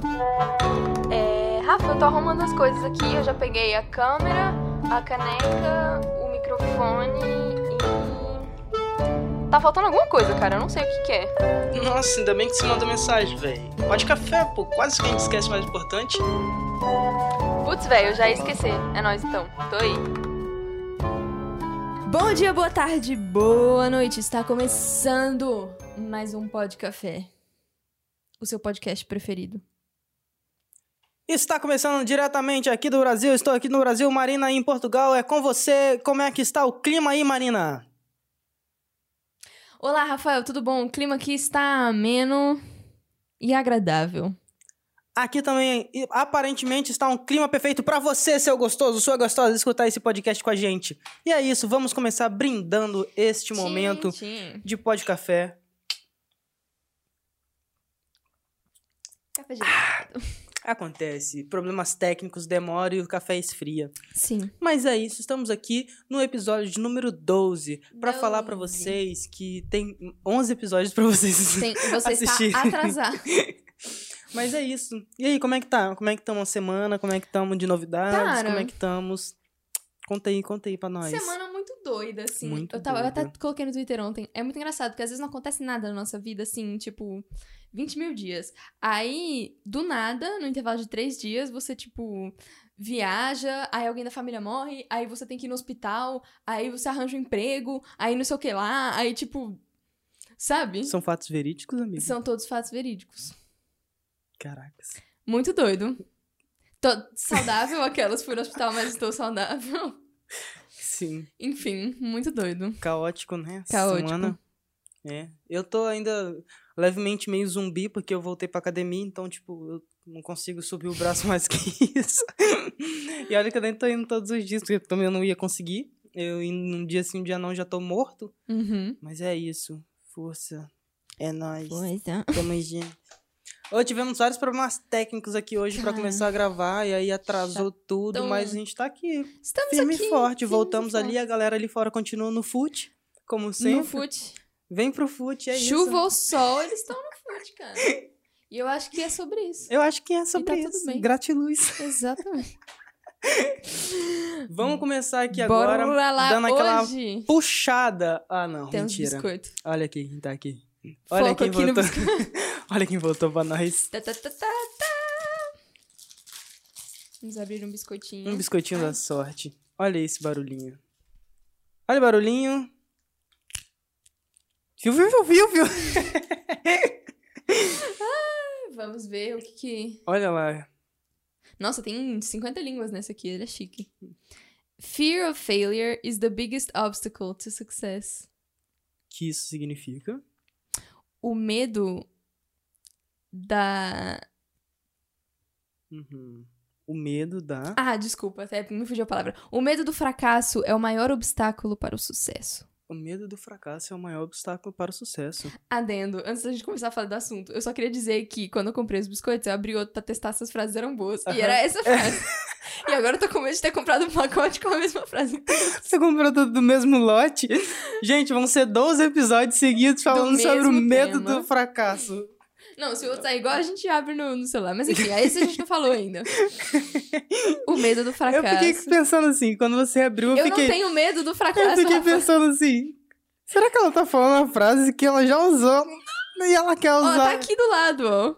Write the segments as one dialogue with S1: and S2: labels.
S1: Rafa, eu tô arrumando as coisas aqui. Eu já peguei a câmera, a caneca, o microfone e... Tá faltando alguma coisa, cara. Eu não sei o que é.
S2: Nossa, ainda bem que você mandou mensagem, velho. Pode café, pô. Quase que a gente esquece o mais importante.
S1: Putz, velho, eu já ia esquecer. É nóis, então. Tô aí.
S3: Bom dia, boa tarde, boa noite. Está começando mais um Pod Café. O seu podcast preferido.
S2: Está começando diretamente aqui do Brasil. Estou aqui no Brasil, Marina em Portugal. É com você. Como é que está o clima aí, Marina?
S3: Olá, Rafael, tudo bom? O clima aqui está ameno e agradável.
S2: Aqui também, aparentemente, está um clima perfeito para você, seu gostoso, sua gostosa, escutar esse podcast com a gente. E é isso, vamos começar brindando este momento de Pod Café.
S3: Café gelado.
S2: Acontece, problemas técnicos demoram e o café esfria.
S3: Sim.
S2: Mas é isso, estamos aqui no episódio de número 12 para falar para vocês que tem 11 episódios para vocês
S3: Você
S2: assistirem.
S3: está atrasado.
S2: Mas é isso. E aí, como é que tá? Como é que estamos a semana? Como é que estamos de novidades?
S3: Cara,
S2: como é que estamos? Conta aí pra nós.
S3: Semana muito doida, assim.
S2: Muito
S3: eu até coloquei no Twitter ontem. É muito engraçado, porque às vezes não acontece nada na nossa vida, assim, tipo, 20 mil dias. Aí, do nada, no intervalo de 3 dias, você, tipo, viaja, aí alguém da família morre, aí você tem que ir no hospital, aí você arranja um emprego, aí não sei o que lá, aí, tipo, sabe?
S2: São fatos verídicos, amigo?
S3: São todos fatos verídicos.
S2: Caracas.
S3: Muito doido. Tô saudável, aquelas fui no hospital, mas estou saudável.
S2: Sim.
S3: Enfim, muito doido.
S2: Caótico, né?
S3: Caótico.
S2: Semana. É. Eu tô ainda levemente meio zumbi, porque eu voltei pra academia, então, tipo, eu não consigo subir o braço mais que isso. E olha que eu nem tô indo todos os dias, porque também eu não ia conseguir. Eu indo um dia sim, um dia não, já tô morto.
S3: Uhum.
S2: Mas é isso. Força. É nóis.
S3: Força.
S2: Tamo junto. Hoje tivemos vários problemas técnicos aqui hoje pra começar a gravar, e aí atrasou tudo, mas a gente tá aqui.
S3: Estamos
S2: firme
S3: aqui,
S2: e forte.
S3: firmes
S2: Voltamos
S3: e
S2: ali,
S3: fortes.
S2: a galera ali fora continua no fute, como sempre.
S3: No fute.
S2: Vem pro fute, é isso.
S3: Chuva ou sol, eles estão no fute, cara. E eu acho que é sobre isso.
S2: Eu acho que é sobre
S3: E tá
S2: isso.
S3: tudo bem.
S2: Gratiluz.
S3: Exatamente.
S2: Vamos começar aqui
S3: Bora
S2: agora,
S3: lá
S2: dando aquela
S3: hoje.
S2: puxada. Ah, não,
S3: Temos
S2: mentira.
S3: biscoito.
S2: Olha aqui quem tá aqui. Olha
S3: Foco
S2: quem
S3: aqui no
S2: voltou.
S3: biscoito.
S2: Olha quem voltou pra nós.
S3: Tá. Vamos abrir um biscoitinho.
S2: Um biscoitinho
S3: Ai.
S2: da sorte. Olha esse barulhinho. Olha o barulhinho. Viu?
S3: Vamos ver o que...
S2: Olha lá.
S3: Nossa, tem 50 línguas nessa aqui, ele é chique. Fear of failure is the biggest obstacle to success.
S2: Que isso significa?
S3: O medo da...
S2: O medo da...
S3: Ah, desculpa, até me fugiu a palavra. O medo do fracasso é o maior obstáculo para o sucesso.
S2: O medo do fracasso é o maior obstáculo para o sucesso.
S3: Adendo, antes da gente começar a falar do assunto, eu só queria dizer que quando eu comprei os biscoitos, eu abri outro pra testar se as frases eram boas. E era essa frase. E agora eu tô com medo de ter comprado um pacote com a mesma frase.
S2: Você comprou tudo do mesmo lote? Gente, vão ser 12 episódios seguidos falando sobre o
S3: mesmo
S2: medo
S3: tema.
S2: do fracasso.
S3: Não, se o outro sair igual, a gente abre no celular. Mas enfim, esse a gente não falou ainda. O medo do fracasso.
S2: Eu fiquei pensando assim, quando você abriu, eu fiquei...
S3: não tenho medo do fracasso,
S2: Eu fiquei
S3: Rafa.
S2: pensando assim, será que ela tá falando a frase que ela já usou e ela quer
S3: Ó,
S2: usar?
S3: tá aqui do lado, ó.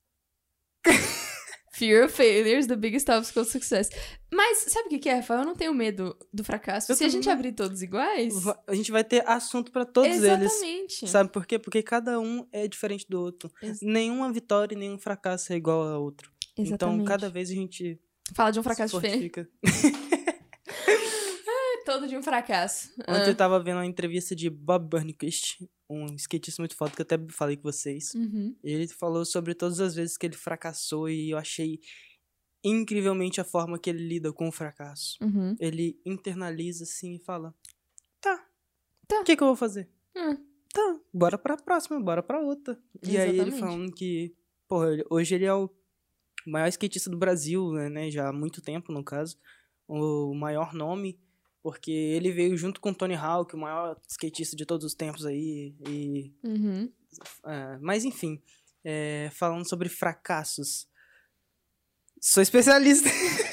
S3: Fear of failure is the biggest obstacle to success. Mas sabe o que é, Rafael? Eu não tenho medo do fracasso.
S2: Eu
S3: Se a gente
S2: também.
S3: abrir todos iguais...
S2: A gente vai ter assunto pra todos eles.
S3: Exatamente.
S2: Sabe por quê? Porque cada um é diferente do outro.
S3: Ex-
S2: Nenhuma vitória e nenhum fracasso é igual ao outro.
S3: Exatamente.
S2: Então, cada vez a gente
S3: Fala de um
S2: se
S3: fracasso diferente.
S2: fortifica.
S3: Todo de um fracasso.
S2: Ontem eu tava vendo uma entrevista de Bob Burnquist, um skatista muito foda que eu até falei com vocês.
S3: Uhum.
S2: Ele falou sobre todas as vezes que ele fracassou e eu achei incrivelmente a forma que ele lida com o fracasso.
S3: Uhum.
S2: Ele internaliza assim e fala: Tá.
S3: Tá.
S2: O que eu vou fazer?
S3: Hum.
S2: Tá, bora pra próxima, bora pra outra. E aí ele
S3: Exatamente.
S2: falando que, porra, hoje ele é o maior skatista do Brasil, né? Já há muito tempo, no caso. O maior nome, porque ele veio junto com o Tony Hawk, o maior skatista de todos os tempos aí.
S3: Uhum.
S2: Mas enfim, falando sobre fracassos. Sou especialista.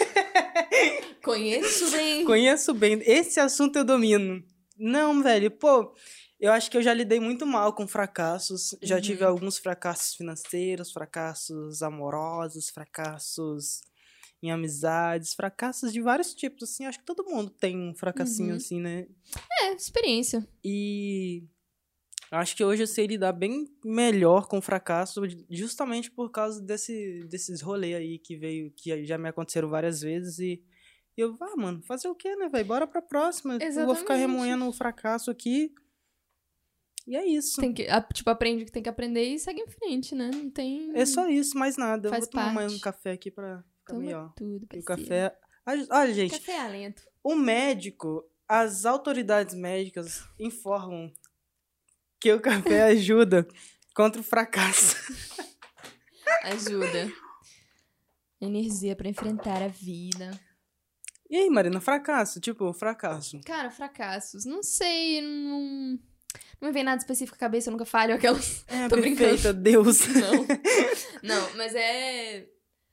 S3: Conheço bem.
S2: Conheço bem. Esse assunto eu domino. Não, velho, pô, eu acho que eu já lidei muito mal com fracassos. Já tive alguns fracassos financeiros, fracassos amorosos, fracassos em amizades, fracassos de vários tipos, assim. Acho que todo mundo tem um fracassinho assim, né?
S3: É, experiência.
S2: E acho que hoje eu sei lidar bem melhor com o fracasso, justamente por causa desses rolês aí que já me aconteceram várias vezes e eu, mano, fazer o quê, né, velho? Bora pra próxima. Eu vou ficar
S3: Exatamente.
S2: remoendo o fracasso aqui. E é isso.
S3: Tem que, tipo, aprende o que tem que aprender e segue em frente, né? Não tem...
S2: É só isso, mais nada. Eu
S3: Faz
S2: vou tomar mais
S3: parte.
S2: um café aqui pra ficar
S3: Toma
S2: melhor.
S3: tudo,
S2: E o
S3: parceiro.
S2: café... Olha, gente,
S3: Café é alento.
S2: o médico, as autoridades médicas informam que o café ajuda contra o fracasso.
S3: Ajuda. Energia pra enfrentar a vida.
S2: E aí, Marina, fracasso? Tipo, fracasso.
S3: Cara, fracassos. Não sei, não me vem nada específico à cabeça, eu nunca falho aquelas...
S2: É,
S3: Tô
S2: perfeita, Deus.
S3: Não. Não, mas é...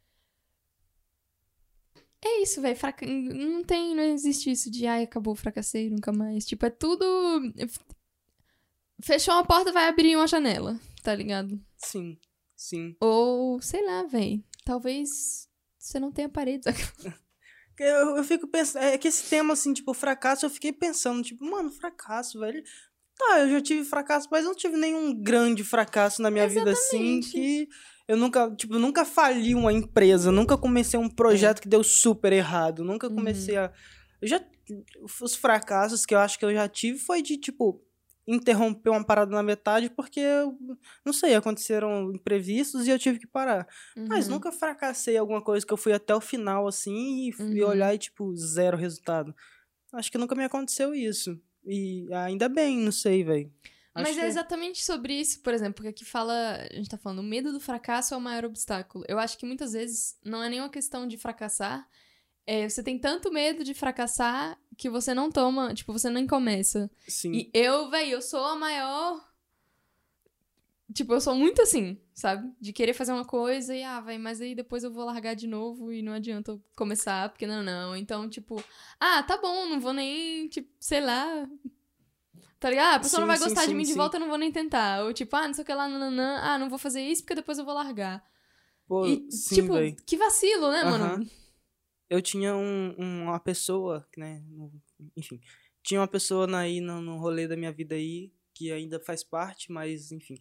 S3: É isso, velho. Não existe isso de, ai, acabou, fracassei, nunca mais. Tipo, é tudo... Fechou uma porta, vai abrir uma janela, tá ligado?
S2: Sim, sim.
S3: Ou, sei lá, velho. Talvez você não tenha paredes.
S2: Eu fico pensando... É que esse tema, assim, tipo, fracasso, eu fiquei pensando, tipo, mano, fracasso, velho. Tá, eu já tive fracasso, mas não tive nenhum grande fracasso na minha vida, assim, que eu nunca fali uma empresa, nunca comecei um projeto que deu super errado, nunca comecei a... Os fracassos que eu acho que eu já tive foi de, tipo, interromper uma parada na metade porque, não sei, aconteceram imprevistos e eu tive que parar. Mas nunca fracassei alguma coisa que eu fui até o final, assim, e olhar e, tipo, zero resultado. Acho que nunca me aconteceu isso. E ainda bem, não sei, velho.
S3: Mas é exatamente sobre isso, por exemplo, porque aqui fala, a gente tá falando, o medo do fracasso é o maior obstáculo. Eu acho que muitas vezes não é nenhuma questão de fracassar, você tem tanto medo de fracassar que você não toma, tipo, você nem começa.
S2: Sim.
S3: E eu sou a maior... Tipo, eu sou muito assim, sabe? De querer fazer uma coisa e, mas aí depois eu vou largar de novo e não adianta eu começar, porque não. Então, tipo, tá bom, não vou nem, tipo, sei lá... Tá ligado? A pessoa não vai gostar de mim de volta, eu não vou nem tentar. Ou tipo, não sei o que lá, não vou fazer isso porque depois eu vou largar.
S2: Pô,
S3: E,
S2: sim,
S3: tipo,
S2: véio.
S3: Que vacilo, né, mano?
S2: Eu tinha uma pessoa, né, enfim, tinha uma pessoa aí no rolê da minha vida aí, que ainda faz parte, mas, enfim,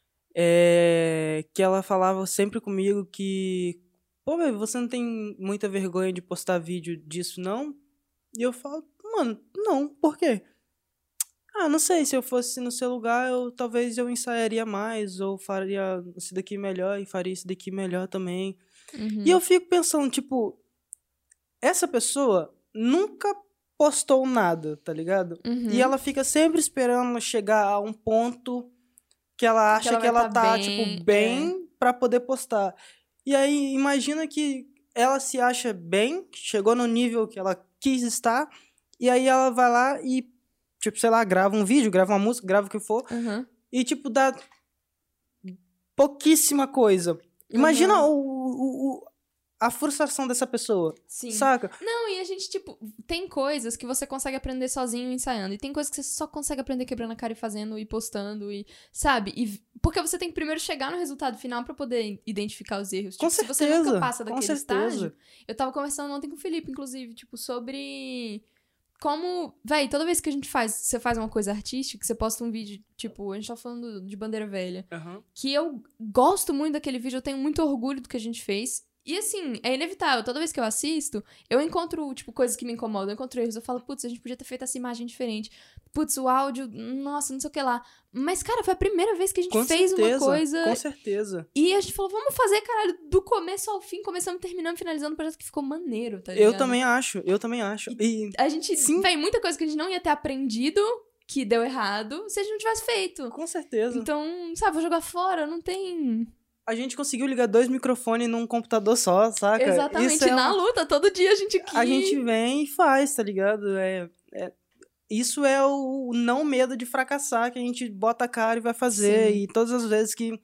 S2: que ela falava sempre comigo que, pô, velho, você não tem muita vergonha de postar vídeo disso, não? E eu falo, mano, não, por quê? Não sei, se eu fosse no seu lugar, talvez eu ensaiaria mais, ou faria isso daqui melhor, e faria isso daqui melhor também. E eu fico pensando, tipo, essa pessoa nunca postou nada, tá ligado? E ela fica sempre esperando chegar a um ponto que ela acha que ela tá, tipo, bem pra poder postar. E aí, imagina que ela se acha bem, chegou no nível que ela quis estar, e aí ela vai lá e, tipo, sei lá, grava um vídeo, grava uma música, grava o que for, e, tipo, dá pouquíssima coisa. Imagina a frustração dessa pessoa. Sim. Saca?
S3: Não, e a gente, tipo, tem coisas que você consegue aprender sozinho ensaiando. E tem coisas que você só consegue aprender quebrando a cara e fazendo e postando e, sabe? Porque você tem que primeiro chegar no resultado final pra poder identificar os erros.
S2: Com
S3: tipo,
S2: certeza,
S3: se você nunca passa daquele estágio... Eu tava conversando ontem com o Felipe, inclusive, tipo, sobre... Como, véi, toda vez que você faz uma coisa artística, que você posta um vídeo, tipo, a gente tá falando de Bandeira Velha, que eu gosto muito daquele vídeo, eu tenho muito orgulho do que a gente fez. E assim, é inevitável, toda vez que eu assisto, eu encontro, tipo, coisas que me incomodam, eu encontro erros, eu falo, putz, a gente podia ter feito essa imagem diferente. Putz, o áudio, nossa, não sei o que lá. Mas, cara, foi a primeira vez que a gente fez uma coisa...
S2: Com certeza.
S3: E a gente falou, vamos fazer, caralho, do começo ao fim, começamos, terminamos, finalizando um projeto que ficou maneiro, tá ligado?
S2: Eu também acho. E
S3: a gente, véi, muita coisa que a gente não ia ter aprendido, que deu errado, se a gente não tivesse feito.
S2: Com certeza.
S3: Então, sabe, vou jogar fora, não tem...
S2: A gente conseguiu ligar 2 microfones num computador só, saca?
S3: Exatamente, na luta, todo dia a gente aqui...
S2: A gente vem e faz, tá ligado? Isso é o não medo de fracassar, que a gente bota a cara e vai fazer. Sim. E todas as vezes que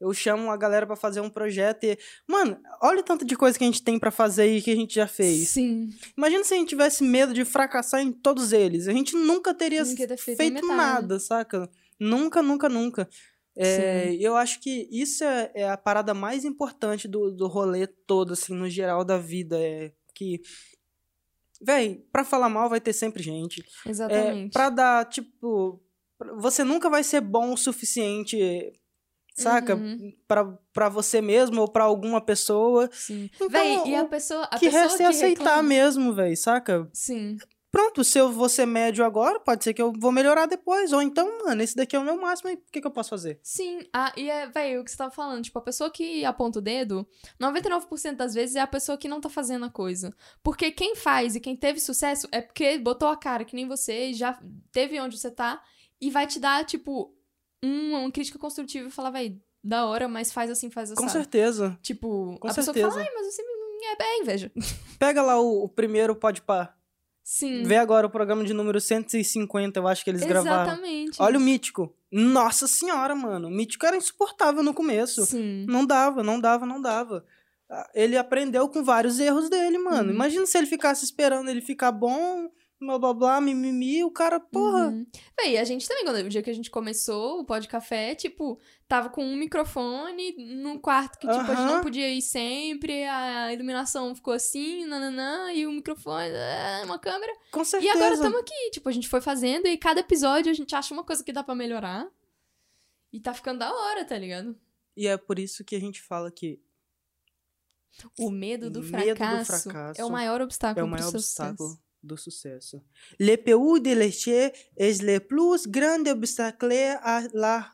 S2: Eu chamo a galera pra fazer um projeto e... Mano, olha o tanto de coisa que a gente tem pra fazer e que a gente já fez.
S3: Sim.
S2: Imagina se a gente tivesse medo de fracassar em todos eles. A gente nunca teria
S3: Nunca ia ter feito
S2: feito
S3: metade.
S2: nada, saca? Nunca, nunca, nunca. Eu acho que isso é a parada mais importante do rolê todo, assim, no geral da vida. É que, véi, pra falar mal vai ter sempre gente.
S3: Exatamente.
S2: Pra dar, tipo... Você nunca vai ser bom o suficiente, saca?
S3: Uhum.
S2: Pra você mesmo ou pra alguma pessoa.
S3: Sim.
S2: Então,
S3: Véi, e a pessoa
S2: que resta é aceitar
S3: reclama...
S2: mesmo, véi, saca?
S3: Sim.
S2: Pronto, se eu vou ser médio agora, pode ser que eu vou melhorar depois. Ou então, mano, esse daqui é o meu máximo, e o que eu posso fazer?
S3: Sim, véi, o que você tava falando, tipo, a pessoa que aponta o dedo, 99% das vezes é a pessoa que não tá fazendo a coisa. Porque quem faz e quem teve sucesso é porque botou a cara, que nem você, e já teve onde você tá, e vai te dar, tipo, uma crítica construtiva e falar, véi, da hora, mas faz assim, faz assim.
S2: Com certeza.
S3: Tipo,
S2: Com
S3: a pessoa
S2: certeza.
S3: fala, ai, mas você é bem, inveja.
S2: Pega lá o primeiro Podpah.
S3: Sim.
S2: Vê agora o programa de número 150, eu acho que eles gravaram.
S3: Exatamente.
S2: Olha o Mítico. Nossa senhora, mano. O Mítico era insuportável no começo.
S3: Sim.
S2: Não dava. Ele aprendeu com vários erros dele, mano.
S3: Uhum.
S2: Imagina se ele ficasse esperando ele ficar bom, blá blá blá, mimimi, o cara, porra.
S3: Uhum. Véi, a gente também, o dia que a gente começou o Pod Café, tipo, tava com um microfone num quarto que, tipo, a gente não podia ir sempre, a iluminação ficou assim, nananã, e o microfone, uma câmera.
S2: Com certeza.
S3: E agora estamos aqui, tipo, a gente foi fazendo e cada episódio a gente acha uma coisa que dá pra melhorar. E tá ficando da hora, tá ligado?
S2: E é por isso que a gente fala que
S3: o medo do
S2: fracasso
S3: é o maior obstáculo
S2: pro seu
S3: sucesso.
S2: Do sucesso. Le pays de l'échec est le plus grand obstacle à la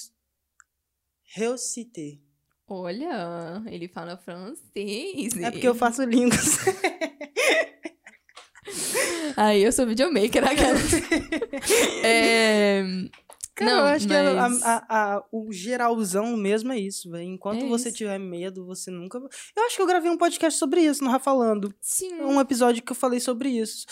S2: réussite.
S3: Olha, ele fala francês.
S2: É porque eu faço línguas.
S3: Aí eu sou videomaker, aquela.
S2: Cara,
S3: não,
S2: eu acho
S3: mas...
S2: que o geralzão mesmo é isso, velho. Enquanto você tiver medo, você nunca... Eu acho que eu gravei um podcast sobre isso, no Rafa Falando.
S3: Sim.
S2: Um episódio que eu falei sobre isso.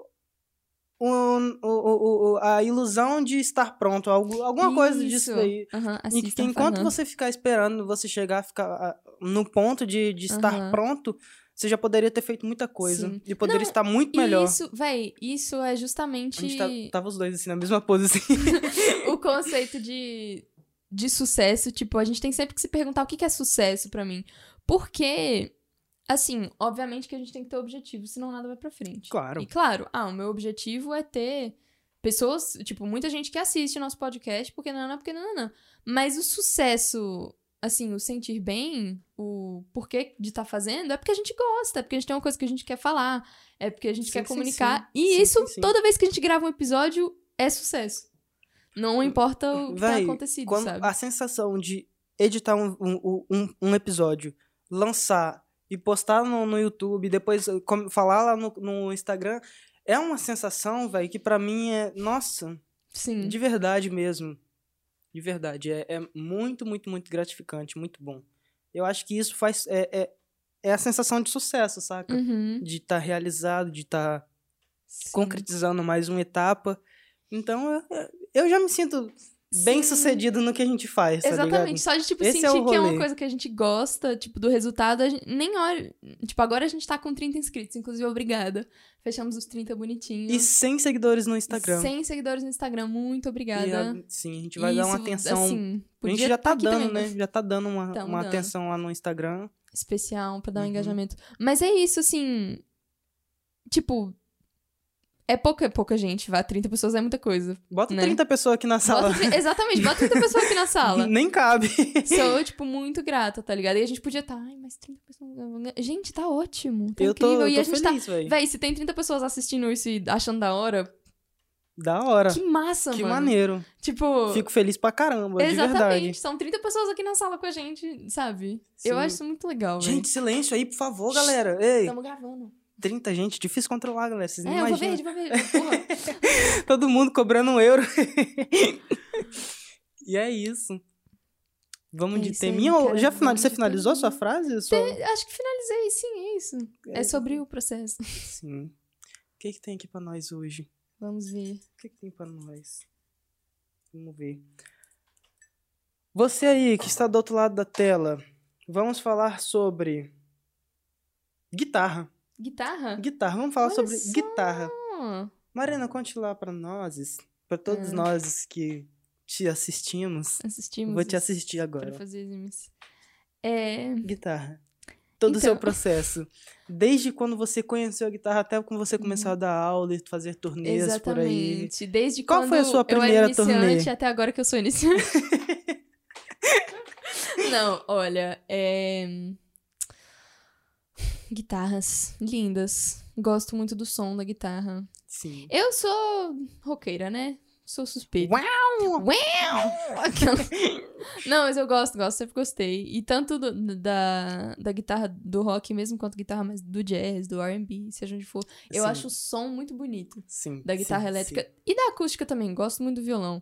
S2: A ilusão de estar pronto, alguma coisa disso daí. E que enquanto você ficar esperando, você chegar a ficar no ponto de estar pronto, você já poderia ter feito muita coisa.
S3: Sim.
S2: E poderia estar muito melhor.
S3: Isso é justamente...
S2: A gente tava os dois assim, na mesma pose, assim.
S3: O conceito de sucesso, tipo, a gente tem sempre que se perguntar o que é sucesso pra mim. Porque... Assim, obviamente que a gente tem que ter objetivo, senão nada vai pra frente.
S2: Claro.
S3: E claro, o meu objetivo é ter pessoas, tipo, muita gente que assiste nosso podcast, porque não. Mas o sucesso, assim, o sentir bem, o porquê de estar fazendo, é porque a gente gosta, é porque a gente tem uma coisa que a gente quer falar, é porque a gente quer comunicar. E isso, toda vez que a gente grava um episódio, é sucesso. Não importa o que tenha acontecido, sabe?
S2: A sensação de editar um episódio, lançar... E postar no YouTube, depois falar lá no Instagram, é uma sensação, velho, que pra mim é... Nossa,
S3: sim,
S2: de verdade mesmo. De verdade. É muito, muito, muito gratificante, muito bom. Eu acho que isso faz... É a sensação de sucesso, saca?
S3: Uhum.
S2: De estar realizado, de estar concretizando mais uma etapa. Então, eu já me sinto... bem sucedido no que a gente faz, tá
S3: exatamente,
S2: ligado?
S3: só de, tipo,
S2: Esse
S3: sentir que é uma coisa que a gente gosta, tipo, do resultado, a gente nem olha... Tipo, agora a gente tá com 30 inscritos, inclusive, obrigada. Fechamos os 30 bonitinhos.
S2: E 100 seguidores no Instagram.
S3: 100 seguidores no Instagram, muito obrigada.
S2: Sim, a gente vai dar uma atenção...
S3: Assim,
S2: a gente já tá dando,
S3: também,
S2: né? Já tá dando uma atenção lá no Instagram.
S3: Especial, pra dar um engajamento. Mas é isso, assim... Tipo... É pouca gente, 30 pessoas é muita coisa.
S2: Bota 30 pessoas aqui na sala.
S3: Exatamente, bota 30 pessoas aqui na sala.
S2: Nem cabe.
S3: Sou, tipo, muito grata, tá ligado? E a gente podia estar, mas 30 pessoas... Gente, tá ótimo, tá incrível.
S2: Eu
S3: e a
S2: tô
S3: gente
S2: feliz, velho.
S3: Véi, se tem 30 pessoas assistindo isso e achando da hora...
S2: Da hora.
S3: Que massa,
S2: que
S3: mano.
S2: Que maneiro.
S3: Tipo...
S2: Fico feliz pra caramba, de verdade.
S3: Exatamente, são 30 pessoas aqui na sala com a gente, sabe? Sim. Eu acho isso muito legal, velho.
S2: Gente, silêncio aí, por favor, galera. Ei.
S3: Tamo gravando.
S2: 30, gente, difícil controlar, galera. Vocês não imaginam.
S3: Eu vou ver, porra.
S2: Todo mundo cobrando €1. E é isso. Vamos de teminha. Você finalizou a sua frase?
S3: Acho que finalizei, sim, é isso. É sobre o processo.
S2: Sim. O que tem aqui pra nós hoje?
S3: Vamos ver.
S2: O que tem pra nós? Vamos ver. Você aí que está do outro lado da tela, vamos falar sobre guitarra.
S3: Guitarra?
S2: Guitarra, vamos falar
S3: Olha
S2: sobre
S3: só!
S2: guitarra. Marina, conte lá pra nós, pra todos nós que te assistimos.
S3: Assistimos.
S2: Vou te assistir
S3: Pra
S2: agora.
S3: fazer exames.
S2: Guitarra. Todo o seu
S3: Então.
S2: processo. Desde quando você conheceu a guitarra até quando você começou a dar aula e fazer turnês por aí.
S3: Exatamente. Desde
S2: Qual
S3: quando
S2: foi a sua
S3: eu
S2: primeira
S3: era iniciante
S2: turnê?
S3: até agora que eu sou iniciante. Não, olha, guitarras lindas. Gosto muito do som da guitarra.
S2: Sim.
S3: Eu sou roqueira, né? Sou suspeita.
S2: Uau!
S3: Não, mas eu gosto, sempre gostei. E tanto da guitarra do rock mesmo, quanto guitarra mais do jazz, do R&B, seja onde for. Eu
S2: Sim.
S3: acho o som muito bonito.
S2: Sim.
S3: Da guitarra
S2: sim,
S3: elétrica.
S2: sim.
S3: E da acústica também, gosto muito do violão.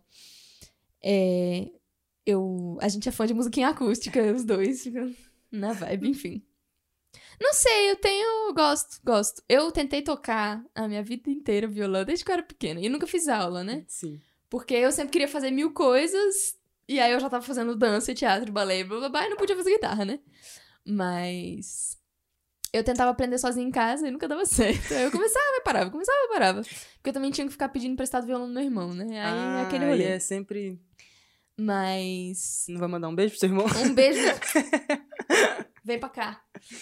S3: A gente é fã de musiquinha acústica, os dois. Fica na vibe, enfim. Não sei, gosto. Eu tentei tocar a minha vida inteira violão desde que eu era pequena. E nunca fiz aula, né?
S2: Sim.
S3: Porque eu sempre queria fazer 1000 coisas. E aí eu já tava fazendo dança, teatro, balé, blá blá blá. E não podia fazer guitarra, né? Mas eu tentava aprender sozinha em casa e nunca dava certo. Aí eu começava e parava. Porque eu também tinha que ficar pedindo emprestado violão do meu irmão, né? Aí aquele rolê.
S2: É sempre...
S3: Mas...
S2: Não vai mandar um beijo pro seu irmão?
S3: Um beijo. Vem pra cá.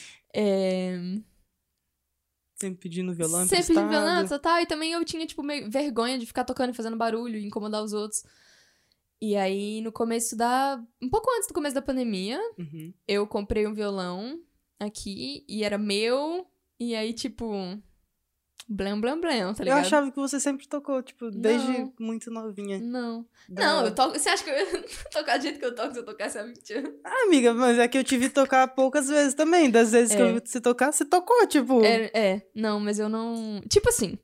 S2: Sempre pedindo violão
S3: Sempre pedindo
S2: emprestado.
S3: violão, tal. E também eu tinha, tipo, meio vergonha de ficar tocando e fazendo barulho, incomodar os outros. E aí, no começo um pouco antes do começo da pandemia,
S2: Uhum.
S3: eu comprei um violão aqui e era meu. E aí, tipo... Blém, blém, blém, tá
S2: Eu
S3: ligado?
S2: achava que você sempre tocou, tipo, desde
S3: Não.
S2: muito novinha.
S3: Não. Não, eu toco... Você acha que eu ia tocar do jeito que eu toco se eu tocasse há 20 anos?
S2: Ah, amiga, mas é que eu te vi tocar poucas vezes também. Das vezes que eu vi você tocar, você tocou, tipo...
S3: Não, mas eu não... Tipo assim...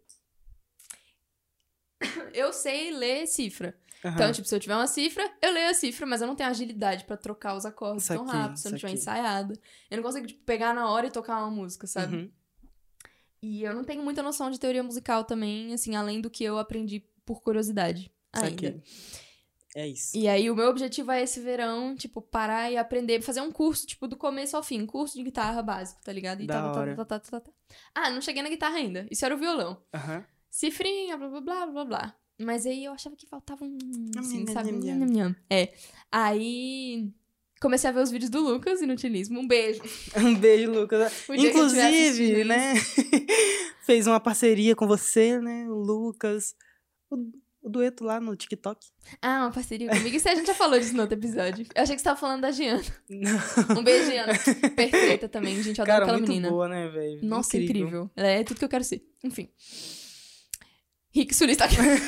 S3: Eu sei ler cifra.
S2: Aham.
S3: Então, tipo, se eu tiver uma cifra, eu leio a cifra, mas eu não tenho agilidade pra trocar os acordes tão
S2: Saquei,
S3: rápido, se eu não tiver
S2: saquei.
S3: ensaiado. Eu não consigo, tipo, pegar na hora e tocar uma música, sabe?
S2: Uhum.
S3: E eu não tenho muita noção de teoria musical também, assim, além do que eu aprendi por curiosidade ainda.
S2: Saquei. É isso.
S3: E aí, o meu objetivo é esse verão, tipo, parar e aprender, fazer um curso, tipo, do começo ao fim. Curso de guitarra básico, tá ligado? E
S2: Da hora.
S3: tá. Ah, não cheguei na guitarra ainda. Isso era o violão.
S2: Aham.
S3: Cifrinha, blá, blá, blá, blá, blá. Mas aí eu achava que faltava assim, sabe?
S2: nham, nham.
S3: Aí comecei a ver os vídeos do Lucas, Inutilismo. Um beijo.
S2: Um beijo, Lucas.
S3: O dia que eu estiver assistindo
S2: Inclusive,
S3: isso.
S2: né? Fez uma parceria com você, né? O Lucas. O dueto lá no TikTok.
S3: Ah, uma parceria comigo. Isso a gente já falou disso no outro episódio. Eu achei que você tava falando da Giana.
S2: Não.
S3: Um beijo, Giana. Perfeita também, gente. Eu adoro
S2: Cara,
S3: aquela
S2: muito
S3: menina.
S2: boa, né, velho?
S3: Nossa, incrível. Ela é tudo que eu quero ser. Enfim. Rick Sulista.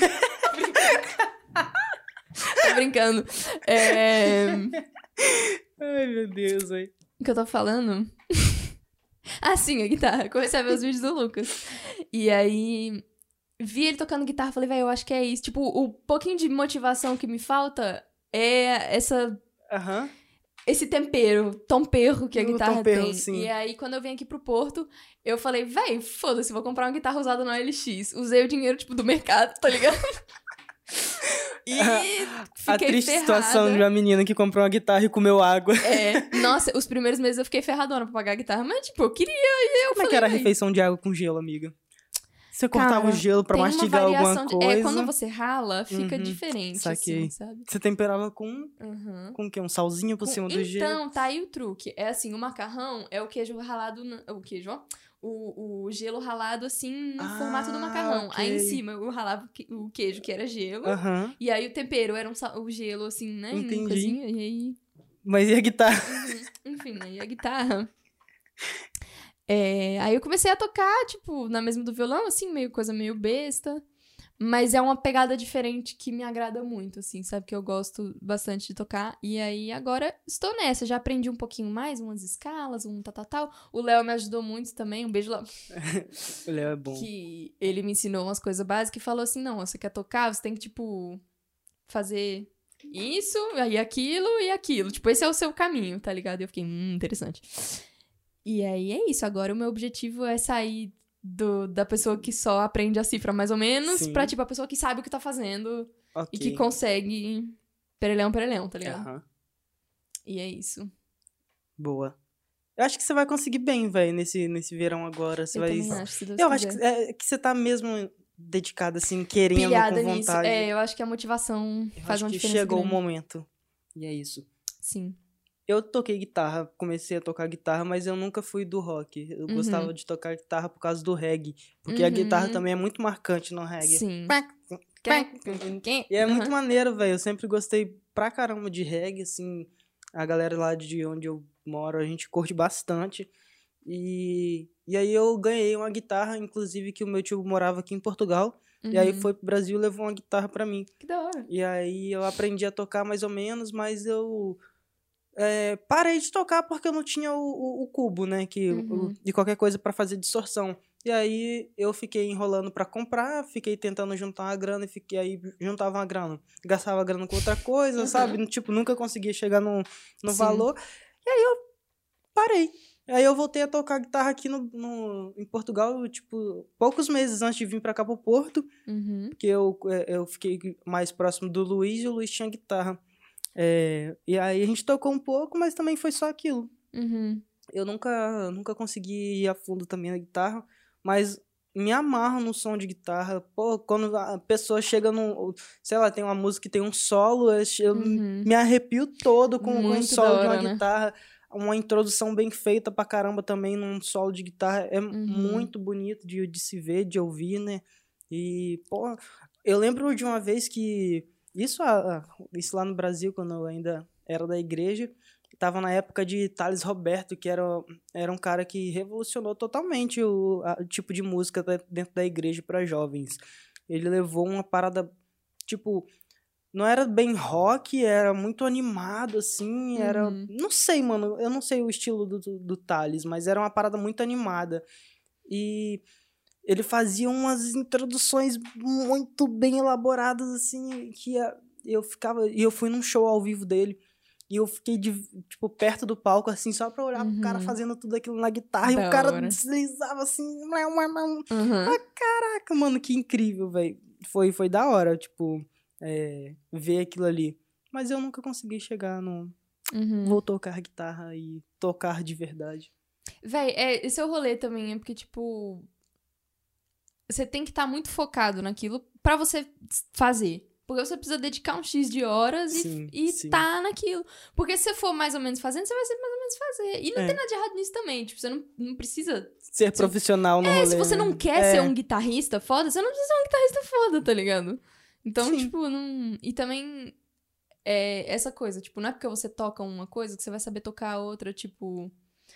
S3: Tô brincando.
S2: Ai, meu Deus, velho.
S3: O que eu tô falando? Ah, sim, a guitarra. Comecei a ver os vídeos do Lucas. E aí, vi ele tocando guitarra, falei, velho, eu acho que é isso. Tipo, o pouquinho de motivação que me falta é
S2: Aham.
S3: esse tempero, tomperro que a
S2: O
S3: guitarra
S2: tomperro,
S3: tem.
S2: sim.
S3: E aí, quando eu vim aqui pro Porto, eu falei, véi, foda-se, vou comprar uma guitarra usada no OLX. Usei o dinheiro, tipo, do mercado, tá ligado? E
S2: A
S3: fiquei
S2: triste
S3: ferrada.
S2: situação de uma menina que comprou uma guitarra e comeu água.
S3: Nossa, os primeiros meses eu fiquei ferradona pra pagar a guitarra, mas, tipo, eu queria, e eu
S2: Como é que
S3: falei,
S2: era a
S3: véi,
S2: refeição de água com gelo, amiga? Você cortava
S3: Cara,
S2: o gelo pra
S3: tem uma
S2: mastigar
S3: variação
S2: alguma
S3: de...
S2: coisa?
S3: quando você rala, fica
S2: Uhum,
S3: diferente,
S2: saquei.
S3: assim, sabe?
S2: Você temperava com
S3: Uhum.
S2: o quê? Um salzinho por cima do gelo?
S3: Então, tá aí o truque. É assim, o macarrão é o queijo ralado... O queijo, ó. O gelo ralado, assim, no formato do macarrão.
S2: ok.
S3: Aí em cima eu ralava o queijo, que era gelo.
S2: Aham.
S3: E aí o tempero era o gelo, assim, né?
S2: Entendi.
S3: Em coisinha, e aí...
S2: Mas e a guitarra?
S3: Enfim, aí a guitarra... Aí eu comecei a tocar, tipo, na mesma do violão, assim, coisa meio besta. Mas é uma pegada diferente que me agrada muito, assim, sabe? Que eu gosto bastante de tocar. E aí, agora, estou nessa. Já aprendi um pouquinho mais, umas escalas, tal. O Léo me ajudou muito também. Um beijo, Léo.
S2: O Léo é bom.
S3: Que ele me ensinou umas coisas básicas e falou assim, não, você quer tocar, você tem que, tipo, fazer isso, aí aquilo e aquilo. Tipo, esse é o seu caminho, tá ligado? E eu fiquei, interessante. E aí é isso. Agora o meu objetivo é sair da pessoa que só aprende a cifra mais ou menos,
S2: Sim.
S3: pra, tipo, a pessoa que sabe o que tá fazendo
S2: Ok.
S3: e que consegue perelhão, tá ligado?
S2: Aham.
S3: E é isso.
S2: Boa. Eu acho que você vai conseguir bem, velho, nesse verão agora. Você
S3: Eu
S2: vai...
S3: também acho, se Deus
S2: Eu
S3: quiser.
S2: acho que você tá mesmo dedicada, assim, querendo,
S3: Pilhada
S2: com
S3: nisso.
S2: vontade.
S3: É, eu acho que a motivação
S2: Eu
S3: faz
S2: acho
S3: uma
S2: que
S3: diferença
S2: chegou o
S3: grande.
S2: momento. E é isso.
S3: Sim.
S2: Eu toquei guitarra, comecei a tocar guitarra, mas eu nunca fui do rock. Eu gostava de tocar guitarra por causa do reggae. Porque a guitarra também é muito marcante no reggae.
S3: Sim.
S2: E é muito maneiro, velho. Eu sempre gostei pra caramba de reggae, assim. A galera lá de onde eu moro, a gente curte bastante. E aí eu ganhei uma guitarra, inclusive, que o meu tio morava aqui em Portugal. E aí foi pro Brasil e levou uma guitarra pra mim.
S3: Que da hora.
S2: E aí eu aprendi a tocar mais ou menos, mas eu parei de tocar porque eu não tinha o cubo, né? De qualquer coisa pra fazer distorção. E aí eu fiquei enrolando pra comprar, fiquei tentando juntar uma grana, aí juntava uma grana, gastava a grana com outra coisa, sabe? Tipo, nunca conseguia chegar no
S3: Sim.
S2: valor. E aí eu parei. Aí eu voltei a tocar guitarra aqui em Portugal, tipo, poucos meses antes de vir pra cá pro Porto, porque eu fiquei mais próximo do Luiz e o Luiz tinha guitarra. E aí a gente tocou um pouco, mas também foi só aquilo. Eu nunca consegui ir a fundo também na guitarra, mas me amarro no som de guitarra. Pô, quando a pessoa chega sei lá, tem uma música que tem um solo, eu me arrepio todo com o
S3: Muito
S2: solo
S3: da
S2: de uma
S3: hora, né?
S2: guitarra. Uma introdução bem feita pra caramba também num solo de guitarra. É muito bonito de se ver, de ouvir, né? E, pô, eu lembro de uma vez que... Isso lá no Brasil, quando eu ainda era da igreja, tava na época de Thales Roberto, que era um cara que revolucionou totalmente o tipo de música dentro da igreja para jovens. Ele levou uma parada, tipo... Não era bem rock, era muito animado, assim, era... Não sei, mano, eu não sei o estilo do Thales, mas era uma parada muito animada. E ele fazia umas introduções muito bem elaboradas, assim, que eu fui num show ao vivo dele, e eu fiquei, tipo, perto do palco, assim, só pra olhar pro cara fazendo tudo aquilo na guitarra, e o cara deslizava, assim... Caraca, mano, que incrível, velho. Foi da hora, tipo... ver aquilo ali. Mas eu nunca consegui chegar no... Vou tocar guitarra e tocar de verdade.
S3: Véi, esse é o rolê também, é porque, tipo... Você tem que estar muito focado naquilo pra você fazer. Porque você precisa dedicar um X de horas e tá naquilo. Porque se você for mais ou menos fazendo, você vai ser mais ou menos fazer. E não tem nada de errado nisso também. Tipo, você não precisa...
S2: Ser profissional no rolê.
S3: Se você não
S2: né?
S3: quer ser um guitarrista foda, você não precisa ser um guitarrista foda, tá ligado? Então, tipo, não... E também, essa coisa, tipo, não é porque você toca uma coisa que você vai saber tocar a outra, tipo...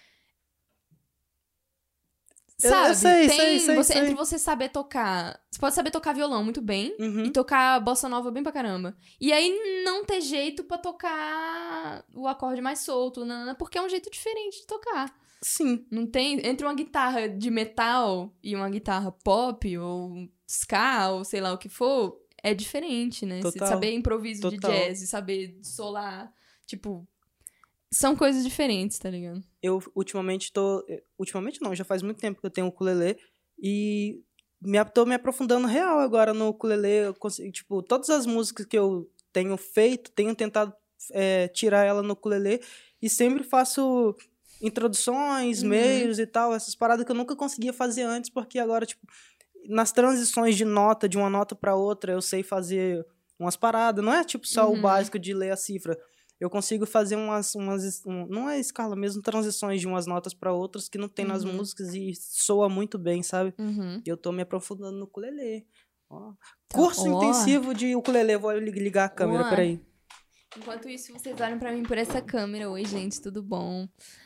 S3: Sabe?
S2: Eu sei.
S3: Entre você saber tocar... Você pode saber tocar violão muito bem e tocar bossa nova bem pra caramba. E aí não ter jeito pra tocar o acorde mais solto, porque é um jeito diferente de tocar.
S2: Sim.
S3: Não tem... Entre uma guitarra de metal e uma guitarra pop ou ska ou sei lá o que for... É diferente, né?
S2: Total.
S3: Saber improviso de jazz, saber solar, tipo... São coisas diferentes, tá ligado?
S2: Eu ultimamente Ultimamente não, já faz muito tempo que eu tenho ukulele e tô me aprofundando real agora no ukulele. Eu consigo, tipo, todas as músicas que eu tenho feito, tenho tentado tirar ela no ukulele e sempre faço introduções, meios e tal, essas paradas que eu nunca conseguia fazer antes, porque agora, tipo... Nas transições de nota, de uma nota pra outra, eu sei fazer umas paradas. Não é tipo só o básico de ler a cifra. Eu consigo fazer não é escala mesmo, transições de umas notas pra outras que não tem nas músicas e soa muito bem, sabe? Eu tô me aprofundando no ukulele. Curso intensivo de ukulele. Vou ligar a câmera, peraí.
S3: Enquanto isso, vocês olham pra mim por essa câmera. Oi, gente, tudo bom?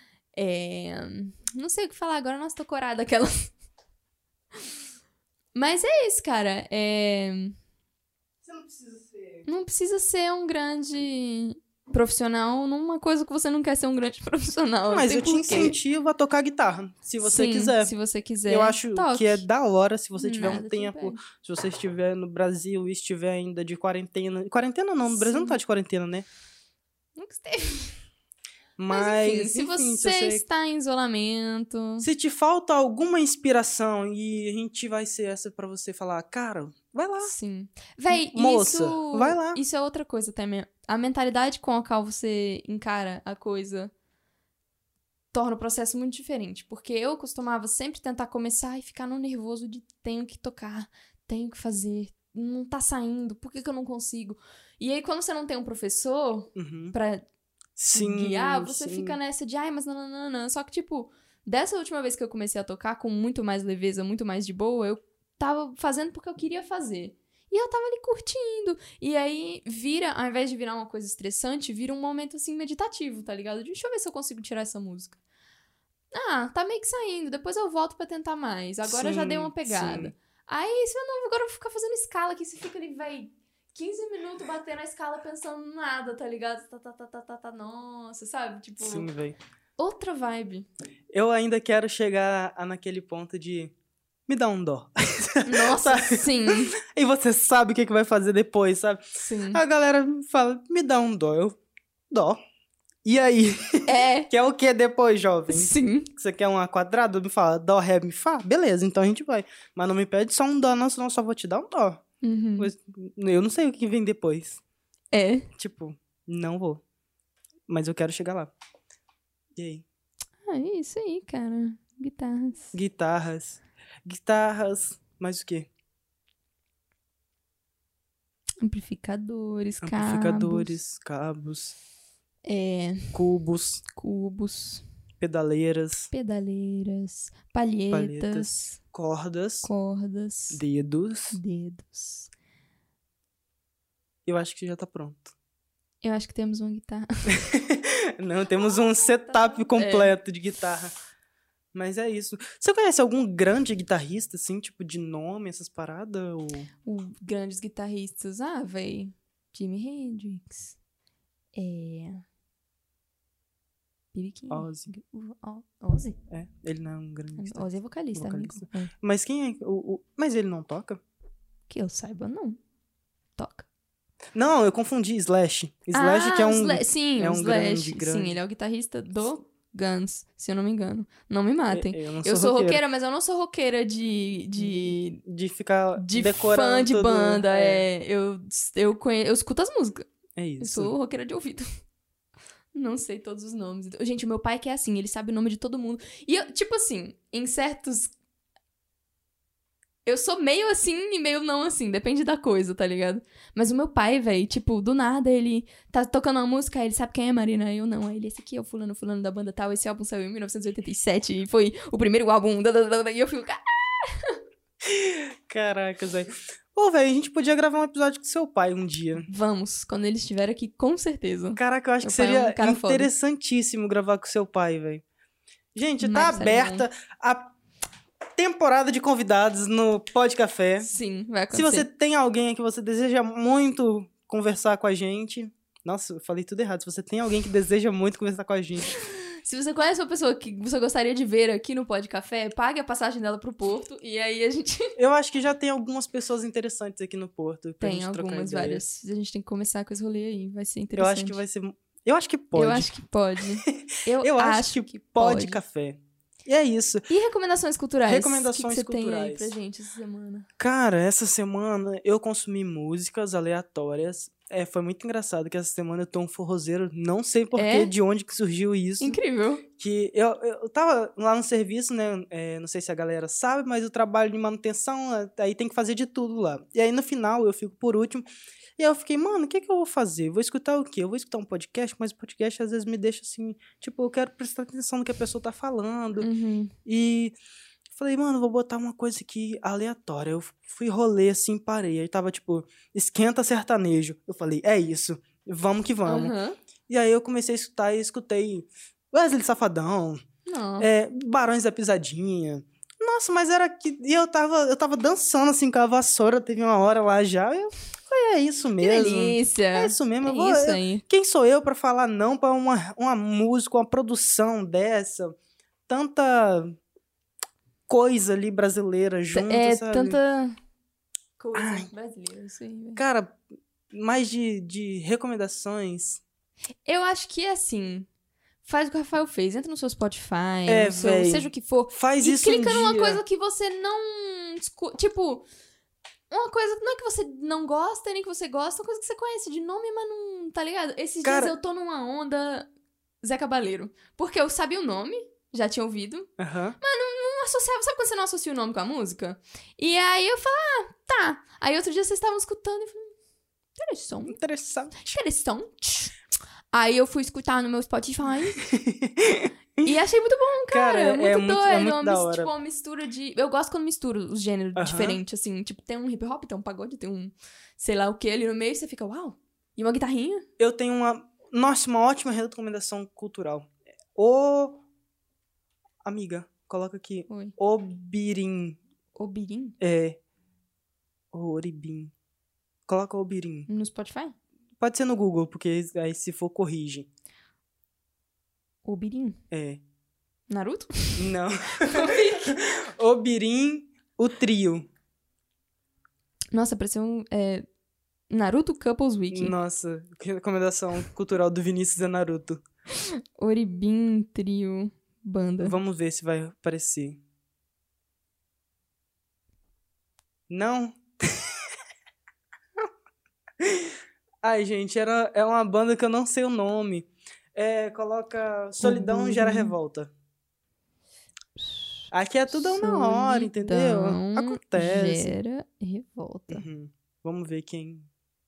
S3: Não sei o que falar agora, nossa, tô corada aquelas... Mas é isso, cara.
S2: Você não precisa ser...
S3: Não precisa ser um grande profissional numa coisa que você não quer ser um grande profissional.
S2: Mas eu te incentivo a tocar guitarra, se você quiser.
S3: Se você quiser.
S2: Eu acho que é da hora se você tiver
S3: Nada
S2: um tempo. Se você estiver no Brasil e estiver ainda de quarentena. Quarentena não, no Brasil não tá de quarentena, né?
S3: Nunca esteve.
S2: Mas
S3: enfim, se você está em isolamento...
S2: Se te falta alguma inspiração e a gente vai ser essa pra você falar, cara, vai lá.
S3: Sim. Véi,
S2: moça,
S3: isso...
S2: vai lá.
S3: Isso é outra coisa também. a mentalidade com a qual você encara a coisa torna o processo muito diferente. Porque eu costumava sempre tentar começar e ficar no nervoso de tenho que tocar, tenho que fazer, não tá saindo, por que eu não consigo? E aí, quando você não tem um professor pra guiar, você fica nessa de, ai, mas não. Só que, tipo, dessa última vez que eu comecei a tocar com muito mais leveza, muito mais de boa, eu tava fazendo porque eu queria fazer. E eu tava ali curtindo. E aí vira, ao invés de virar uma coisa estressante, vira um momento assim meditativo, tá ligado? Deixa eu ver se eu consigo tirar essa música. Ah, tá meio que saindo. Depois eu volto pra tentar mais. Agora eu já dei uma pegada.
S2: Sim.
S3: Aí, se eu não, agora eu vou ficar fazendo escala aqui. Você fica ali, véi, 15 minutos batendo a escala pensando em nada, tá ligado? Nossa, sabe? Tipo,
S2: Sim, velho.
S3: outra vibe.
S2: Eu ainda quero chegar naquele ponto de me dá um dó.
S3: Nossa, sim.
S2: E você sabe o que vai fazer depois, sabe?
S3: Sim.
S2: A galera fala, me dá um dó. Eu, dó. E aí?
S3: É.
S2: Quer o que depois, jovem?
S3: Sim.
S2: Você quer uma quadrada? Me fala, dó, ré, mi, fá? Beleza, então a gente vai. Mas não me pede só um dó, não, senão eu só vou te dar um dó.
S3: Uhum.
S2: Mas eu não sei o que vem depois.
S3: É.
S2: Tipo, não vou. Mas eu quero chegar lá. E aí?
S3: Ah, é isso aí, cara. Guitarras.
S2: Guitarras. Mais o quê?
S3: Amplificadores,
S2: cabos.
S3: Cubos.
S2: Pedaleiras.
S3: Palhetas.
S2: Cordas.
S3: Dedos.
S2: Eu acho que já tá pronto.
S3: Eu acho que temos uma guitarra.
S2: Não, temos um setup completo de guitarra. Mas é isso. Você conhece algum grande guitarrista, assim, tipo, de nome, essas paradas? Ou...
S3: Grandes guitarristas. Ah, véi. Jimi Hendrix. B.B. King. Ozzy?
S2: É, ele não é um grande guitarrista.
S3: Ozzy é vocalista. Amigo. É.
S2: Mas quem é... Mas ele não toca?
S3: Que eu saiba, não. Toca.
S2: Não, eu confundi. Slash. Slash que é um...
S3: Sim,
S2: é
S3: o
S2: um
S3: Slash.
S2: grande.
S3: Sim, ele é o guitarrista do Guns, se eu não me engano. Não me matem.
S2: Eu
S3: sou roqueira, mas eu não sou roqueira de
S2: ficar
S3: de
S2: decorando
S3: fã de
S2: tudo.
S3: banda. Eu escuto as músicas.
S2: É isso.
S3: Eu sou roqueira de ouvido. Não sei todos os nomes. Gente, o meu pai que é assim, ele sabe o nome de todo mundo. E eu, tipo assim, em certos... Eu sou meio assim e meio não assim, depende da coisa, tá ligado? Mas o meu pai, velho, tipo, do nada ele tá tocando uma música, aí ele sabe quem é Marina, aí eu não. Aí ele, esse aqui é o fulano da banda tal, esse álbum saiu em 1987 e foi o primeiro álbum, e eu fico...
S2: Caracas, velho. Pô, velho, a gente podia gravar um episódio com seu pai um dia.
S3: Vamos, quando ele estiver aqui, com certeza.
S2: Caraca, eu acho
S3: Meu
S2: que
S3: pai é um
S2: seria
S3: cara foda.
S2: interessantíssimo gravar com seu pai, velho. Gente, tá
S3: Mas seria
S2: aberta a temporada de convidados no Pod Café.
S3: Sim, vai
S2: Se
S3: acontecer.
S2: você tem alguém que você deseja muito conversar com a gente... Nossa, eu falei tudo errado. Se você tem alguém que deseja muito conversar com a gente...
S3: Se você conhece uma pessoa que você gostaria de ver aqui no Pod Café, pague a passagem dela pro Porto e aí a gente...
S2: Eu acho que já tem algumas pessoas interessantes aqui no Porto. Pra
S3: Tem
S2: gente trocar
S3: algumas,
S2: ideia.
S3: várias. A gente tem que começar com esse rolê aí, vai ser
S2: Eu
S3: interessante.
S2: acho que vai ser... Eu acho que pode.
S3: Eu acho que pode.
S2: Eu acho que pode café. E é isso.
S3: E recomendações culturais?
S2: Recomendações
S3: O que você
S2: culturais.
S3: tem aí pra gente essa semana?
S2: Cara, essa semana eu consumi músicas aleatórias. Foi muito engraçado que essa semana eu tô um forrozeiro. Não sei porquê, de onde que surgiu isso.
S3: Incrível.
S2: Que eu tava lá no serviço, né? Não sei se a galera sabe, mas o trabalho de manutenção, aí tem que fazer de tudo lá. E aí no final eu fico por último. E aí eu fiquei, mano, o que eu vou fazer? Vou escutar o quê? Eu vou escutar um podcast, mas o podcast às vezes me deixa assim, tipo, eu quero prestar atenção no que a pessoa tá falando.
S3: Uhum.
S2: E falei, mano, vou botar uma coisa aqui aleatória. Eu fui rolê assim, parei. Aí tava tipo, esquenta sertanejo. Eu falei, é isso, vamos que vamos.
S3: Uhum.
S2: E aí eu comecei a escutar e escutei Wesley Safadão,
S3: Não.
S2: Barões da Pisadinha. Nossa, mas era que... E eu tava dançando assim com a vassoura, teve uma hora lá já. Eu falei, é isso
S3: Que
S2: mesmo.
S3: delícia.
S2: É isso mesmo.
S3: É isso aí.
S2: Quem sou eu pra falar não pra uma música, uma produção dessa? Tanta coisa ali brasileira junto, sabe?
S3: Tanta coisa
S2: Ai.
S3: brasileira, isso aí. Velho.
S2: Cara, mais de recomendações.
S3: Eu acho que é assim... Faz o que o Rafael fez, entra no seu Spotify,
S2: véi.
S3: seja o que for.
S2: Faz
S3: E
S2: isso
S3: clica
S2: um
S3: numa
S2: dia.
S3: coisa que você não... Tipo, uma coisa, não é que você não gosta, nem que você gosta, é uma coisa que você conhece de nome, mas não, tá ligado? Esses
S2: Cara-
S3: dias eu tô numa onda Zé Cabaleiro. Porque eu sabia o nome, já tinha ouvido,
S2: Aham.
S3: não associava, sabe quando você não associa o nome com a música? E aí eu falei, tá. Aí outro dia vocês estavam escutando e eu falei,
S2: Interessante.
S3: interessante. Aí eu fui escutar no meu Spotify e achei muito bom, cara. Muito doido.
S2: É muito da hora.
S3: Tipo, uma mistura de... Eu gosto quando mistura os gêneros
S2: Aham.
S3: diferentes, assim. Tipo, tem um hip hop, tem um pagode, tem um sei lá o que ali no meio. E você fica, uau. E uma guitarrinha.
S2: Eu tenho uma ótima recomendação cultural. O... Amiga, coloca aqui.
S3: Oi.
S2: Obirim.
S3: Obirim?
S2: Oribim. Coloca Obirim.
S3: No Spotify?
S2: Pode ser no Google, porque aí se for, corrige.
S3: Obirim? Naruto?
S2: Não. Obirim, o trio.
S3: Nossa, pareceu um... Naruto Couples Wiki.
S2: Nossa, que recomendação cultural do Vinícius é Naruto.
S3: Oribim, trio, banda.
S2: Vamos ver se vai aparecer. Não? Ai, gente, é uma banda que eu não sei o nome. Coloca Solidão Gera Revolta. Aqui é tudo na hora, entendeu?
S3: Solidão
S2: Acontece.
S3: Gera revolta.
S2: Uhum. Vamos ver quem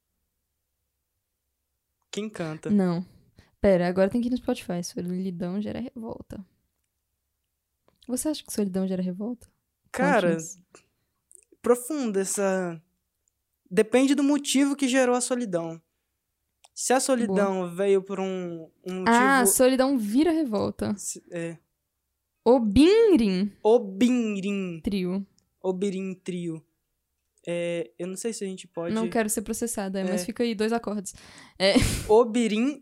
S2: canta.
S3: Não. Pera, agora tem que ir no Spotify. Solidão gera revolta. Você acha que solidão gera revolta?
S2: Cara,
S3: Conte-nos.
S2: profunda essa... Depende do motivo que gerou a solidão. Se a solidão veio por um motivo...
S3: Ah, solidão vira revolta.
S2: É.
S3: Obinrim
S2: Obirim.
S3: trio.
S2: Obirim trio. Eu não sei se a gente pode...
S3: Não quero ser processada, mas fica aí 2 acordes.
S2: Obirim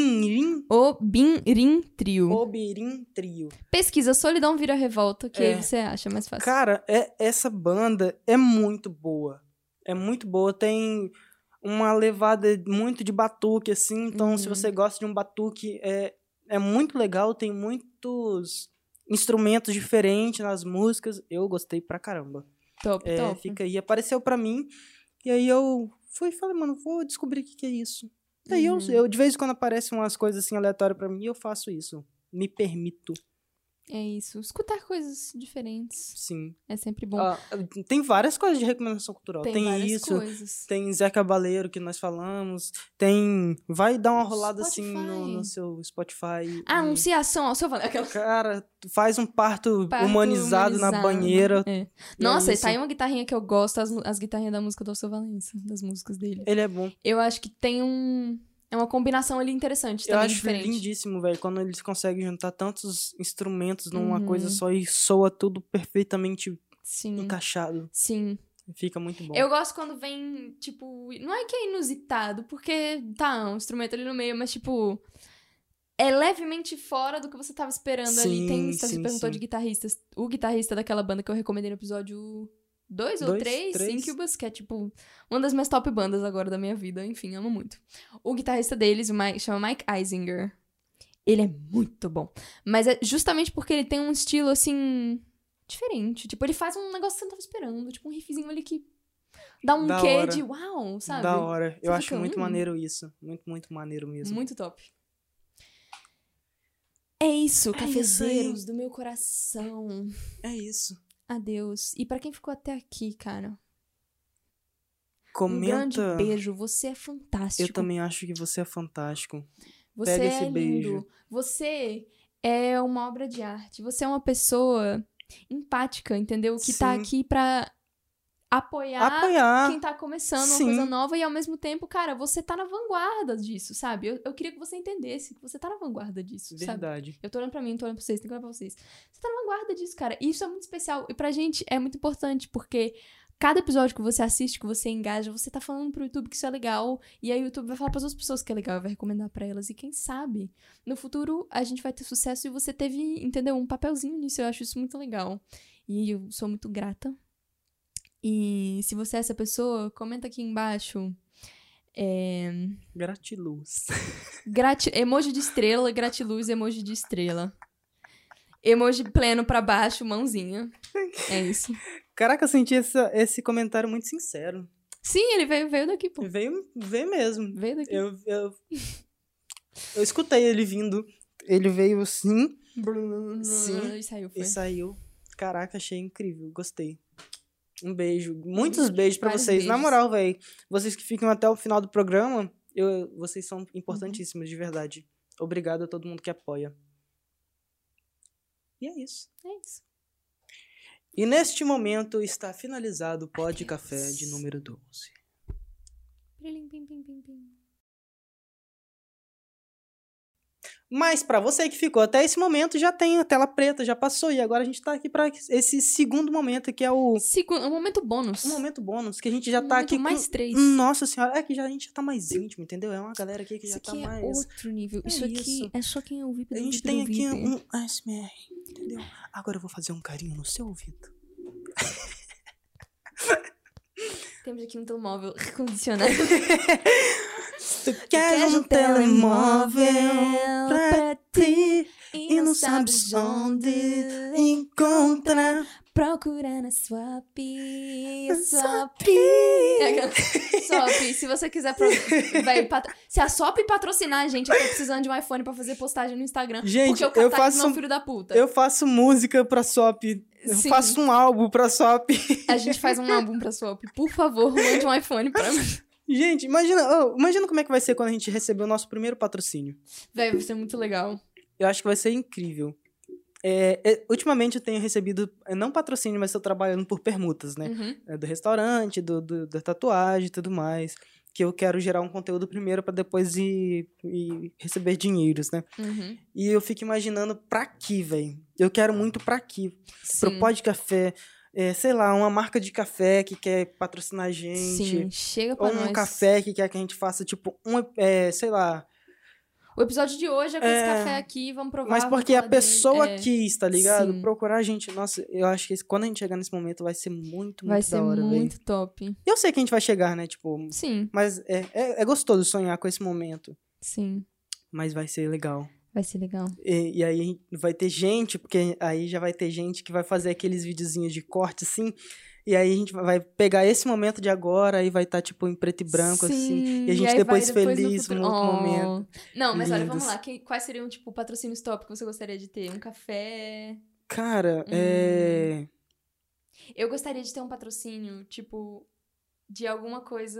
S3: Trio.
S2: Obirim trio.
S3: Pesquisa solidão vira revolta, que aí você acha mais fácil.
S2: Cara, essa banda é muito boa. É muito boa. Tem uma levada muito de batuque, assim. Então, se você gosta de um batuque, é muito legal. Tem muitos instrumentos diferentes nas músicas. Eu gostei pra caramba.
S3: Top.
S2: Fica aí. Apareceu pra mim. E aí eu fui e falei, mano, vou descobrir o que é isso. Daí eu, de vez em quando, aparecem umas coisas assim aleatórias pra mim e eu faço isso. Me permito.
S3: É isso. Escutar coisas diferentes
S2: Sim.
S3: é sempre bom.
S2: Tem várias coisas de recomendação cultural. Tem
S3: várias
S2: isso.
S3: coisas.
S2: Tem Zé Cabaleiro, que nós falamos. Vai dar uma rolada assim no seu Spotify.
S3: Anunciação ao seu valor.
S2: Cara, faz um parto humanizado na banheira.
S3: Nossa,
S2: isso.
S3: tá aí uma guitarrinha que eu gosto, as guitarrinhas da música do Alceu Valença, das músicas dele.
S2: Ele é bom.
S3: Eu acho que tem é uma combinação ali interessante,
S2: Eu
S3: também
S2: acho
S3: diferente.
S2: lindíssimo, velho, quando eles conseguem juntar tantos instrumentos numa coisa só e soa tudo perfeitamente
S3: Sim.
S2: encaixado.
S3: Sim.
S2: Fica muito bom.
S3: Eu gosto quando vem, tipo... Não é que é inusitado, porque tá um instrumento ali no meio, mas, tipo... É levemente fora do que você tava esperando ali. Você perguntou de guitarristas. O guitarrista daquela banda que eu recomendei no episódio 2 ou 3, Incubus, que é, tipo, uma das minhas top bandas agora da minha vida. Enfim, amo muito. O guitarrista deles, chama Mike Eisinger. Ele é muito bom. Mas é justamente porque ele tem um estilo, assim... diferente. Tipo, ele faz um negócio que você não tava esperando. Tipo, um riffzinho ali que dá um
S2: Da
S3: quê
S2: hora.
S3: de uau, sabe?
S2: Da hora. Eu
S3: Você
S2: acho
S3: fica,
S2: muito maneiro isso. Muito, muito maneiro mesmo.
S3: Muito top. É isso, cafezeiros
S2: aí.
S3: do meu coração.
S2: É isso.
S3: Adeus. E pra quem ficou até aqui, cara,
S2: Comenta.
S3: um grande beijo. Você é fantástico.
S2: Eu também acho que você é fantástico.
S3: Você
S2: Pega
S3: é
S2: esse
S3: lindo.
S2: beijo.
S3: Você é uma obra de arte. Você é uma pessoa empática, entendeu? Que tá
S2: Sim.
S3: aqui pra apoiar quem tá começando uma
S2: Sim.
S3: coisa nova e ao mesmo tempo, cara, você tá na vanguarda disso, sabe? Eu queria que você entendesse que você tá na vanguarda disso, sabe?
S2: Verdade.
S3: Eu tô olhando pra mim, tô olhando pra vocês, tenho que olhar pra vocês. Você tá na vanguarda disso, cara. E isso é muito especial. E pra gente é muito importante, porque cada episódio que você assiste, que você engaja, você tá falando pro YouTube que isso é legal. E aí o YouTube vai falar pras outras pessoas que é legal e vai recomendar pra elas. E quem sabe, no futuro, a gente vai ter sucesso e você teve, entendeu? Um papelzinho nisso. Eu acho isso muito legal. E eu sou muito grata. E se você é essa pessoa, comenta aqui embaixo.
S2: Gratiluz.
S3: Emoji de estrela, gratiluz, emoji de estrela. Emoji pleno pra baixo, mãozinha. É isso.
S2: Caraca, eu senti esse comentário muito sincero.
S3: Sim, ele veio daqui, pô.
S2: Veio mesmo.
S3: Veio daqui.
S2: Eu escutei ele vindo. Ele veio sim.
S3: Sim.
S2: E saiu. Caraca, achei incrível. Gostei. Um beijo. Muitos beijos pra vocês.
S3: Beijos.
S2: Na moral, velho. Vocês que ficam até o final do programa, vocês são importantíssimos, de verdade. Obrigado a todo mundo que apoia. E é isso.
S3: É isso.
S2: E neste momento está finalizado o Pod Café de número 12. Mas pra você que ficou até esse momento, já tem a tela preta, já passou. E agora a gente tá aqui pra esse segundo momento, que é o
S3: momento bônus.
S2: um momento bônus, que a gente já tá aqui
S3: mais
S2: com...
S3: 3.
S2: Nossa senhora, é que a gente já tá mais íntimo, entendeu? É uma galera aqui que já tá mais...
S3: Isso aqui é outro nível. Isso aqui é só quem é o VIP do
S2: A gente
S3: VIP
S2: tem
S3: do
S2: aqui
S3: VIP.
S2: um ASMR, entendeu? Agora eu vou fazer um carinho no seu ouvido.
S3: Temos aqui um telemóvel recondicionado.
S2: Tu queres um telemóvel pra ti e não sabes onde encontrar.
S3: Procura na Swap. Swap, se você quiser... Se a Swap patrocinar a gente, eu tô precisando de um iPhone pra fazer postagem no Instagram.
S2: Gente,
S3: porque o Catarse não é um filho da puta.
S2: Eu faço música pra Swap. Eu
S3: Sim.
S2: faço um álbum pra Swap.
S3: A gente faz um álbum pra Swap. Por favor, mande um iPhone pra mim.
S2: Gente, imagina como é que vai ser quando a gente receber o nosso primeiro patrocínio.
S3: Véi, vai ser muito legal.
S2: Eu acho que vai ser incrível. Ultimamente eu tenho recebido, não patrocínio, mas estou trabalhando por permutas, né?
S3: Uhum.
S2: Do restaurante, da tatuagem e tudo mais. Que eu quero gerar um conteúdo primeiro pra depois ir receber dinheiros, né?
S3: Uhum.
S2: E eu fico imaginando pra aqui, velho. Eu quero muito pra aqui. Pro
S3: Sim.
S2: Pod Café. Sei lá, uma marca de café que quer patrocinar a gente.
S3: Sim, chega pra
S2: Ou
S3: nós.
S2: um café que quer que a gente faça, tipo, sei lá.
S3: O episódio de hoje é com esse café aqui, vamos provar.
S2: Mas porque a pessoa quis, tá ligado?
S3: Sim.
S2: Procurar a gente. Nossa, eu acho que quando a gente chegar nesse momento vai ser muito, muito da hora,
S3: Vai ser
S2: velho.
S3: muito top.
S2: Eu sei que a gente vai chegar, né? Tipo,
S3: Sim,
S2: mas é gostoso sonhar com esse momento.
S3: sim.
S2: Mas vai ser legal.
S3: Vai ser legal.
S2: E aí vai ter gente, porque aí já vai ter gente que vai fazer aqueles videozinhos de corte, assim. E aí a gente vai pegar esse momento de agora e vai estar, tipo, em preto e branco,
S3: Sim,
S2: assim. E a
S3: e
S2: gente
S3: aí
S2: depois
S3: vai depois no
S2: feliz
S3: futuro.
S2: no outro momento.
S3: Não, mas olha,
S2: Lindos.
S3: vamos lá. Quais seriam, tipo, patrocínios top que você gostaria de ter? Um café?
S2: Cara,
S3: Eu gostaria de ter um patrocínio, tipo, de alguma coisa...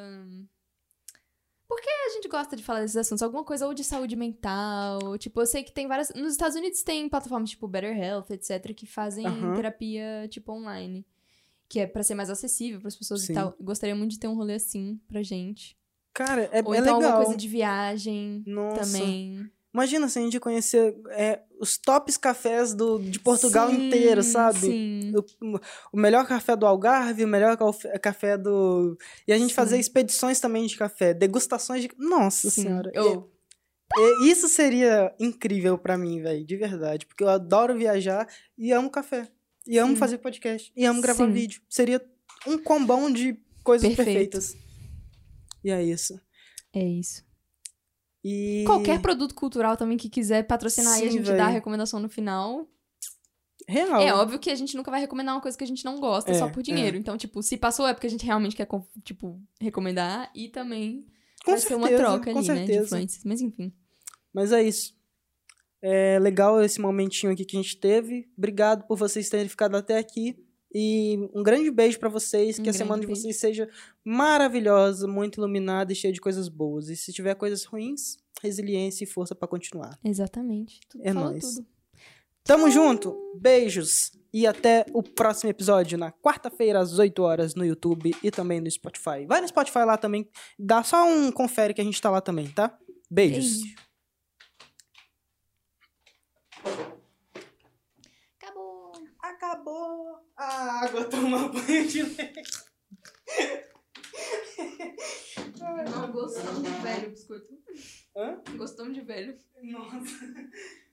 S3: Porque a gente gosta de falar desses assuntos. Alguma coisa ou de saúde mental. Tipo, eu sei que tem várias... Nos Estados Unidos tem plataformas tipo Better Health, etc. Que fazem terapia, tipo, online. Que é pra ser mais acessível pras pessoas
S2: Sim.
S3: e tal. Gostaria muito de ter um rolê assim pra gente.
S2: Cara,
S3: Ou
S2: é
S3: então alguma
S2: legal.
S3: coisa de viagem
S2: Nossa.
S3: também.
S2: Imagina se a gente conhecer os tops cafés de Portugal inteiro, sabe?
S3: Sim.
S2: O melhor café do Algarve, o melhor café do... E a gente
S3: Sim.
S2: fazer expedições também de café, degustações de... Nossa
S3: Sim.
S2: senhora.
S3: Oh.
S2: Isso seria incrível pra mim, velho, de verdade. Porque eu adoro viajar e amo café. E amo fazer podcast. E amo gravar
S3: Sim.
S2: vídeo. Seria um combão de coisas
S3: Perfeito.
S2: perfeitas. E é isso.
S3: É isso.
S2: E...
S3: Qualquer produto cultural também que quiser patrocinar aí, a
S2: Sim,
S3: gente
S2: véi.
S3: dá a recomendação no final.
S2: Real.
S3: É óbvio que a gente nunca vai recomendar uma coisa que a gente não gosta só por dinheiro. Então, tipo, se passou é porque a gente realmente quer, tipo, recomendar. E também vai ser uma troca ali, né, de influências. Mas enfim.
S2: Mas é isso. É legal esse momentinho aqui que a gente teve. Obrigado por vocês terem ficado até aqui. E um grande beijo pra vocês. Que a semana de vocês seja maravilhosa, muito iluminada e cheia de coisas boas. E se tiver coisas ruins, resiliência e força pra continuar.
S3: Exatamente.
S2: É
S3: Falou
S2: nóis.
S3: tudo.
S2: Tamo junto. Beijos. E até o próximo episódio, na quarta-feira, às 8 horas, no YouTube e também no Spotify. Vai no Spotify lá também. Dá só um confere que a gente tá lá também, tá? Beijos.
S3: Beijo.
S2: Acabou a água, toma banho de leite.
S3: Não, gostamos de velho, biscoito.
S2: Hã?
S3: Gostamos de velho.
S2: Nossa.